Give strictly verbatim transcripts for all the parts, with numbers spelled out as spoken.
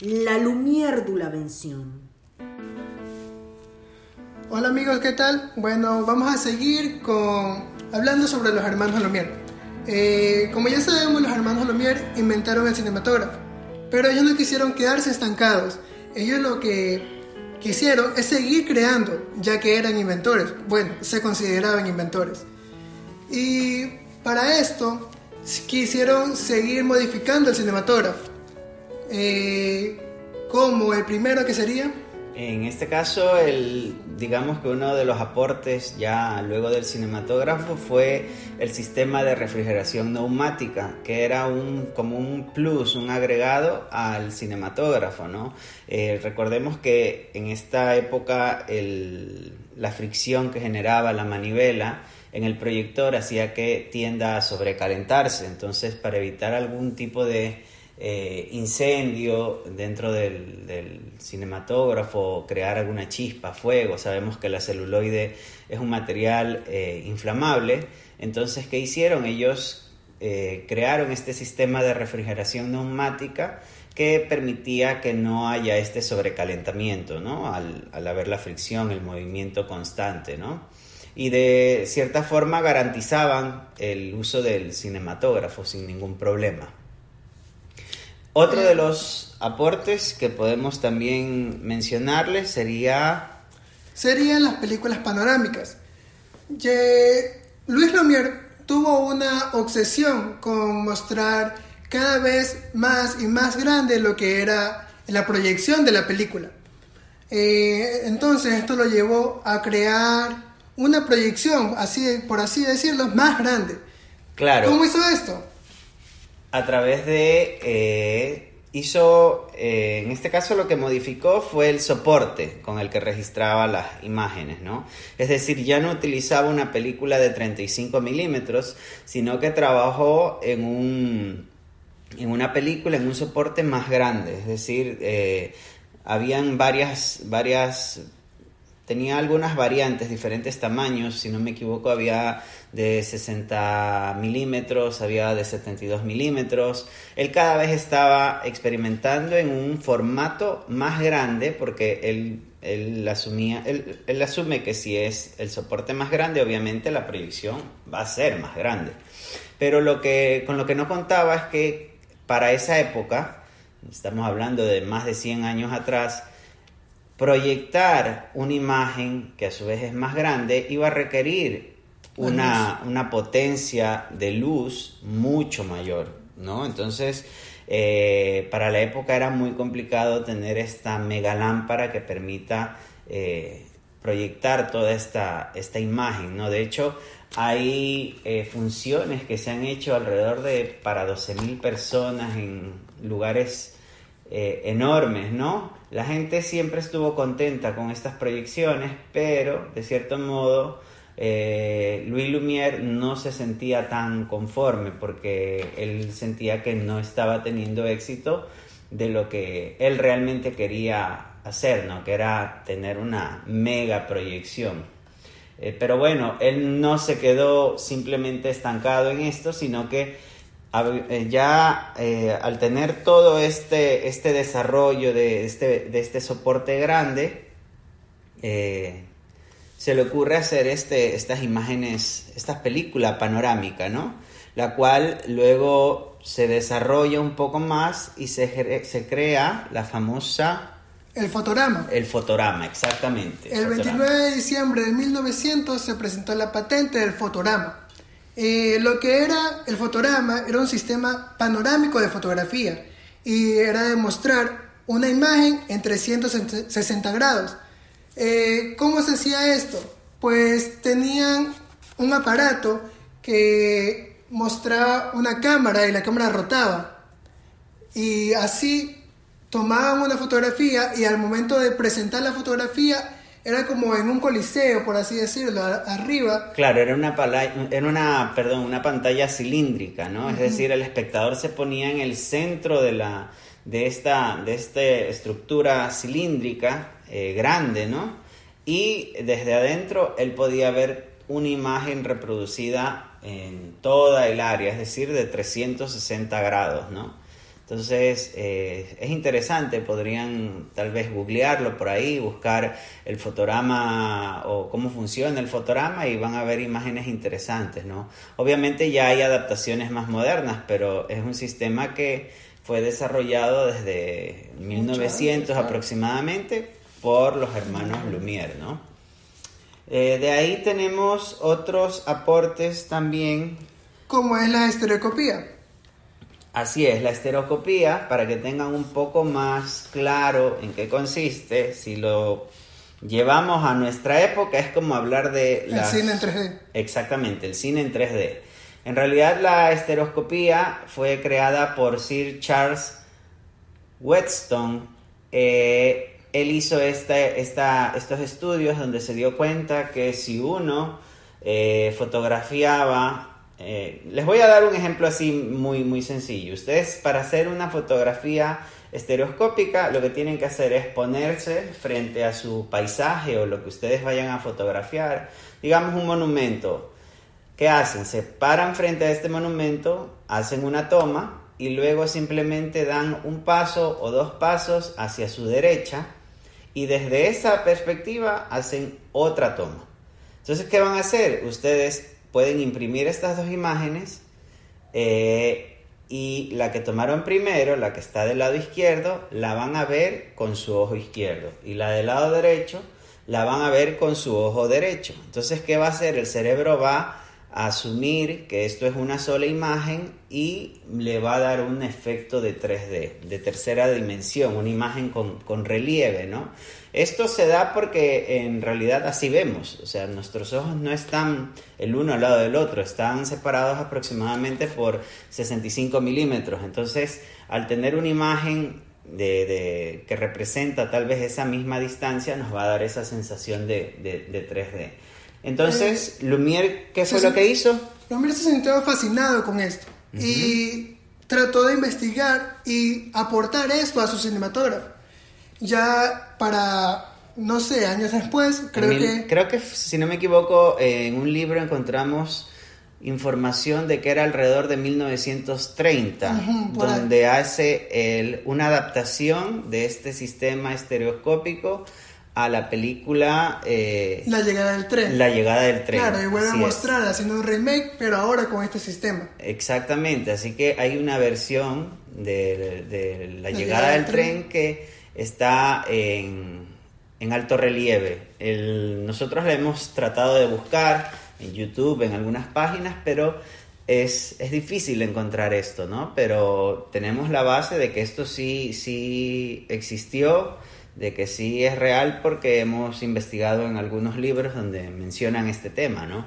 la Lumière de la invención. Hola amigos, ¿qué tal? Bueno, vamos a seguir con hablando sobre los hermanos Lumière. Eh, como ya sabemos, los hermanos Lumière inventaron el cinematógrafo, pero ellos no quisieron quedarse estancados. Ellos lo que quisieron es seguir creando, ya que eran inventores. Bueno, se consideraban inventores. Y para esto quisieron seguir modificando el cinematógrafo. Eh, como el primero que sería... En este caso, el, digamos que uno de los aportes ya luego del cinematógrafo fue el sistema de refrigeración neumática, que era un, como un plus, un agregado al cinematógrafo, ¿no? Eh, recordemos que en esta época el, la fricción que generaba la manivela en el proyector hacía que tienda a sobrecalentarse. Entonces, para evitar algún tipo de Eh, incendio dentro del, del cinematógrafo, crear alguna chispa, fuego, sabemos que la celuloide es un material eh, inflamable. Entonces, ¿qué hicieron? Ellos eh, crearon este sistema de refrigeración neumática que permitía que no haya este sobrecalentamiento, ¿no? Al, al haber la fricción, el movimiento constante, ¿no? Y de cierta forma garantizaban el uso del cinematógrafo sin ningún problema. Otro de los aportes que podemos también mencionarles sería... Serían las películas panorámicas. Ye... Luis Lumière tuvo una obsesión con mostrar cada vez más y más grande lo que era la proyección de la película. Eh, entonces esto lo llevó a crear una proyección, así, por así decirlo, más grande. Claro. ¿Cómo hizo esto? A través de... Eh, hizo, eh, en este caso lo que modificó fue el soporte con el que registraba las imágenes, ¿no? Es decir, ya no utilizaba una película de treinta y cinco milímetros, sino que trabajó en, un, en una película, en un soporte más grande. Es decir, eh, habían varias... varias tenía algunas variantes, diferentes tamaños, si no me equivoco había de sesenta milímetros, había de setenta y dos milímetros. Él cada vez estaba experimentando en un formato más grande porque él, él, asumía, él, él asume que si es el soporte más grande, obviamente la proyección va a ser más grande. Pero lo que, con lo que no contaba es que para esa época, estamos hablando de más de cien años atrás, proyectar una imagen que a su vez es más grande iba a requerir una, una potencia de luz mucho mayor, ¿no? Entonces, eh, para la época era muy complicado tener esta mega lámpara que permita eh, proyectar toda esta, esta imagen, ¿no? De hecho, hay eh, funciones que se han hecho alrededor de para doce mil personas en lugares eh, enormes, ¿no? La gente siempre estuvo contenta con estas proyecciones, pero de cierto modo eh, Louis Lumière no se sentía tan conforme porque él sentía que no estaba teniendo éxito de lo que él realmente quería hacer, ¿no? Que era tener una mega proyección. Eh, pero bueno, él no se quedó simplemente estancado en esto, sino que ya eh, al tener todo este, este desarrollo de este, de este soporte grande, eh, se le ocurre hacer este, estas imágenes, esta película panorámica, ¿no? La cual luego se desarrolla un poco más y se, se crea la famosa... El fotograma. El fotograma, exactamente. El veintinueve de diciembre de mil novecientos se presentó la patente del fotograma. Eh, lo que era el fotograma era un sistema panorámico de fotografía y era de mostrar una imagen en trescientos sesenta grados. Eh, ¿Cómo se hacía esto? Pues tenían un aparato que mostraba una cámara y la cámara rotaba y así tomaban una fotografía y al momento de presentar la fotografía era como en un coliseo, por así decirlo, arriba. Claro, era una, pala- era una, perdón, una pantalla cilíndrica, ¿no? Uh-huh. Es decir, el espectador se ponía en el centro de, la, de, esta, de esta estructura cilíndrica eh, grande, ¿no? Y desde adentro él podía ver una imagen reproducida en toda el área, es decir, de trescientos sesenta grados, ¿no? Entonces, eh, es interesante, podrían tal vez googlearlo por ahí, buscar el fotograma o cómo funciona el fotograma y van a ver imágenes interesantes, ¿no? Obviamente ya hay adaptaciones más modernas, pero es un sistema que fue desarrollado desde mil novecientos antes, claro, aproximadamente por los hermanos Lumière, ¿no? Eh, de ahí tenemos otros aportes también. ¿Cómo es la estereoscopía? Así es, la estereoscopía, para que tengan un poco más claro en qué consiste, si lo llevamos a nuestra época, es como hablar de... El las... cine en tres D. Exactamente, el cine en tres D. En realidad la estereoscopía fue creada por Sir Charles Whetstone. Eh, él hizo esta, esta, estos estudios donde se dio cuenta que si uno eh, fotografiaba... Eh, les voy a dar un ejemplo así muy, muy sencillo. Ustedes, para hacer una fotografía estereoscópica, lo que tienen que hacer es ponerse frente a su paisaje o lo que ustedes vayan a fotografiar, digamos un monumento. ¿Qué hacen? Se paran frente a este monumento, hacen una toma y luego simplemente dan un paso o dos pasos hacia su derecha y desde esa perspectiva hacen otra toma. Entonces, ¿qué van a hacer? Ustedes pueden imprimir estas dos imágenes eh, y la que tomaron primero, la que está del lado izquierdo, la van a ver con su ojo izquierdo y la del lado derecho la van a ver con su ojo derecho. Entonces, ¿qué va a hacer? El cerebro va a asumir que esto es una sola imagen y le va a dar un efecto de tres D, de tercera dimensión, una imagen con, con relieve, ¿no? Esto se da porque en realidad así vemos, o sea, nuestros ojos no están el uno al lado del otro, están separados aproximadamente por sesenta y cinco milímetros. Entonces, al tener una imagen de, de, que representa tal vez esa misma distancia, nos va a dar esa sensación de, de, de tres D. Entonces, eh, Lumière, ¿qué fue se, lo que hizo? Lumière se sintió fascinado con esto uh-huh. y trató de investigar y aportar esto a su cinematógrafo. Ya para, no sé, años después, creo mil, que... Creo que, si no me equivoco, en un libro encontramos información de que era alrededor de mil novecientos treinta, uh-huh, donde ahí hace el, una adaptación de este sistema estereoscópico a la película eh, La llegada del tren. La llegada del tren. Claro, y vuelve a mostrar haciendo un remake, pero ahora con este sistema. Exactamente, así que hay una versión de, de La, la llegada, llegada del tren, tren que está en, en alto relieve. El, nosotros la hemos tratado de buscar en YouTube, en algunas páginas, pero es, es difícil encontrar esto, ¿no? Pero tenemos la base de que esto sí, sí existió, de que sí es real porque hemos investigado en algunos libros donde mencionan este tema, ¿no?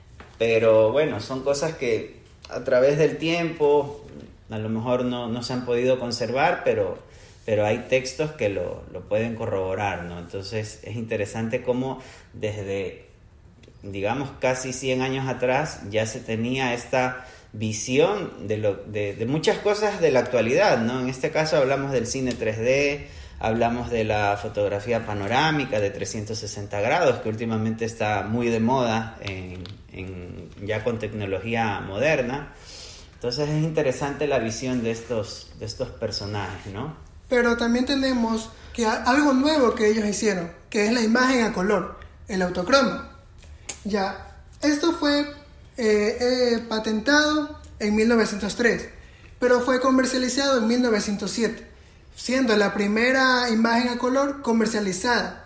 Pero bueno, son cosas que a través del tiempo a lo mejor no, no se han podido conservar, pero, pero hay textos que lo, lo pueden corroborar, ¿no? Entonces es interesante cómo desde, digamos, casi cien años atrás ya se tenía esta visión de, lo, de, de muchas cosas de la actualidad, ¿no? En este caso hablamos del cine tres D, hablamos de la fotografía panorámica de trescientos sesenta grados, que últimamente está muy de moda en, en, ya con tecnología moderna. Entonces es interesante la visión de estos, de estos personajes, ¿no? Pero también tenemos que algo nuevo que ellos hicieron, que es la imagen a color, el autocroma. Ya, esto fue eh, eh, patentado en mil novecientos tres, pero fue comercializado en mil novecientos siete. Siendo la primera imagen a color comercializada.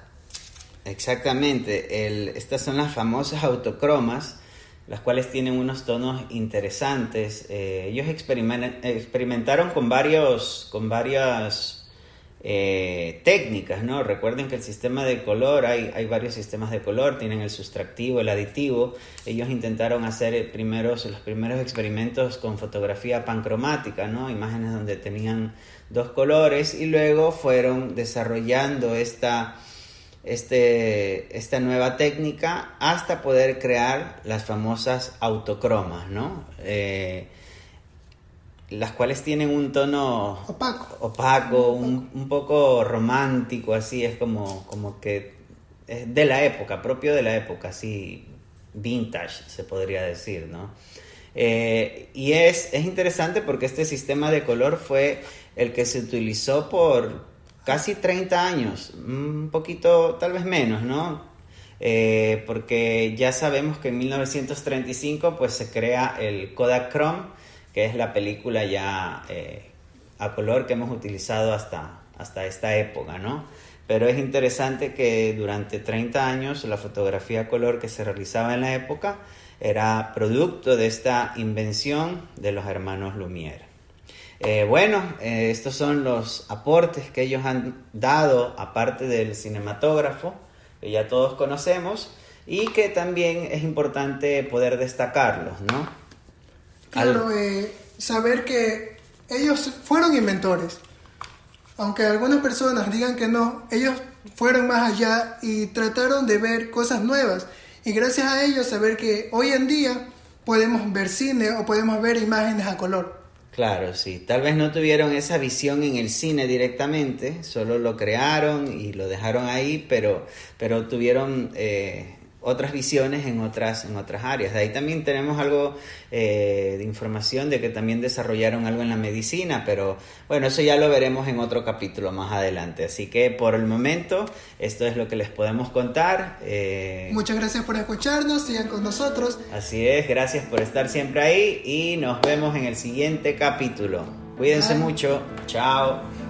Exactamente, el, estas son las famosas autocromas, las cuales tienen unos tonos interesantes. Eh, ellos experiment, experimentaron con, varios, con varias eh, técnicas, ¿no? Recuerden que el sistema de color, hay, hay varios sistemas de color, tienen el sustractivo, el aditivo. Ellos intentaron hacer primeros, los primeros experimentos con fotografía pancromática, ¿no? Imágenes donde tenían dos colores y luego fueron desarrollando esta, este, esta nueva técnica hasta poder crear las famosas autocromas, ¿no? Eh, las cuales tienen un tono opaco, opaco un, un poco romántico, así es como, como que es de la época, propio de la época, así vintage se podría decir, ¿no? Eh, y es, es interesante porque este sistema de color fue el que se utilizó por casi treinta años, un poquito, tal vez menos, ¿no? Eh, porque ya sabemos que en mil novecientos treinta y cinco pues se crea el Kodachrome, que es la película ya eh, a color que hemos utilizado hasta, hasta esta época, ¿no? Pero es interesante que durante treinta años la fotografía a color que se realizaba en la época era producto de esta invención de los hermanos Lumière. Eh, bueno, eh, estos son los aportes que ellos han dado, aparte del cinematógrafo, que ya todos conocemos, y que también es importante poder destacarlos, ¿no? Claro, Al... eh, saber que ellos fueron inventores. Aunque algunas personas digan que no, ellos fueron más allá y trataron de ver cosas nuevas. Y gracias a ellos saber que hoy en día podemos ver cine o podemos ver imágenes a color. Claro, sí. Tal vez no tuvieron esa visión en el cine directamente, solo lo crearon y lo dejaron ahí, pero, pero tuvieron eh, otras visiones en otras, en otras áreas. De ahí también tenemos algo eh, de información de que también desarrollaron algo en la medicina, pero bueno, eso ya lo veremos en otro capítulo más adelante. Así que por el momento, esto es lo que les podemos contar. Eh, Muchas gracias por escucharnos, sigan con nosotros. Así es, gracias por estar siempre ahí y nos vemos en el siguiente capítulo. Cuídense Bye. mucho, chao.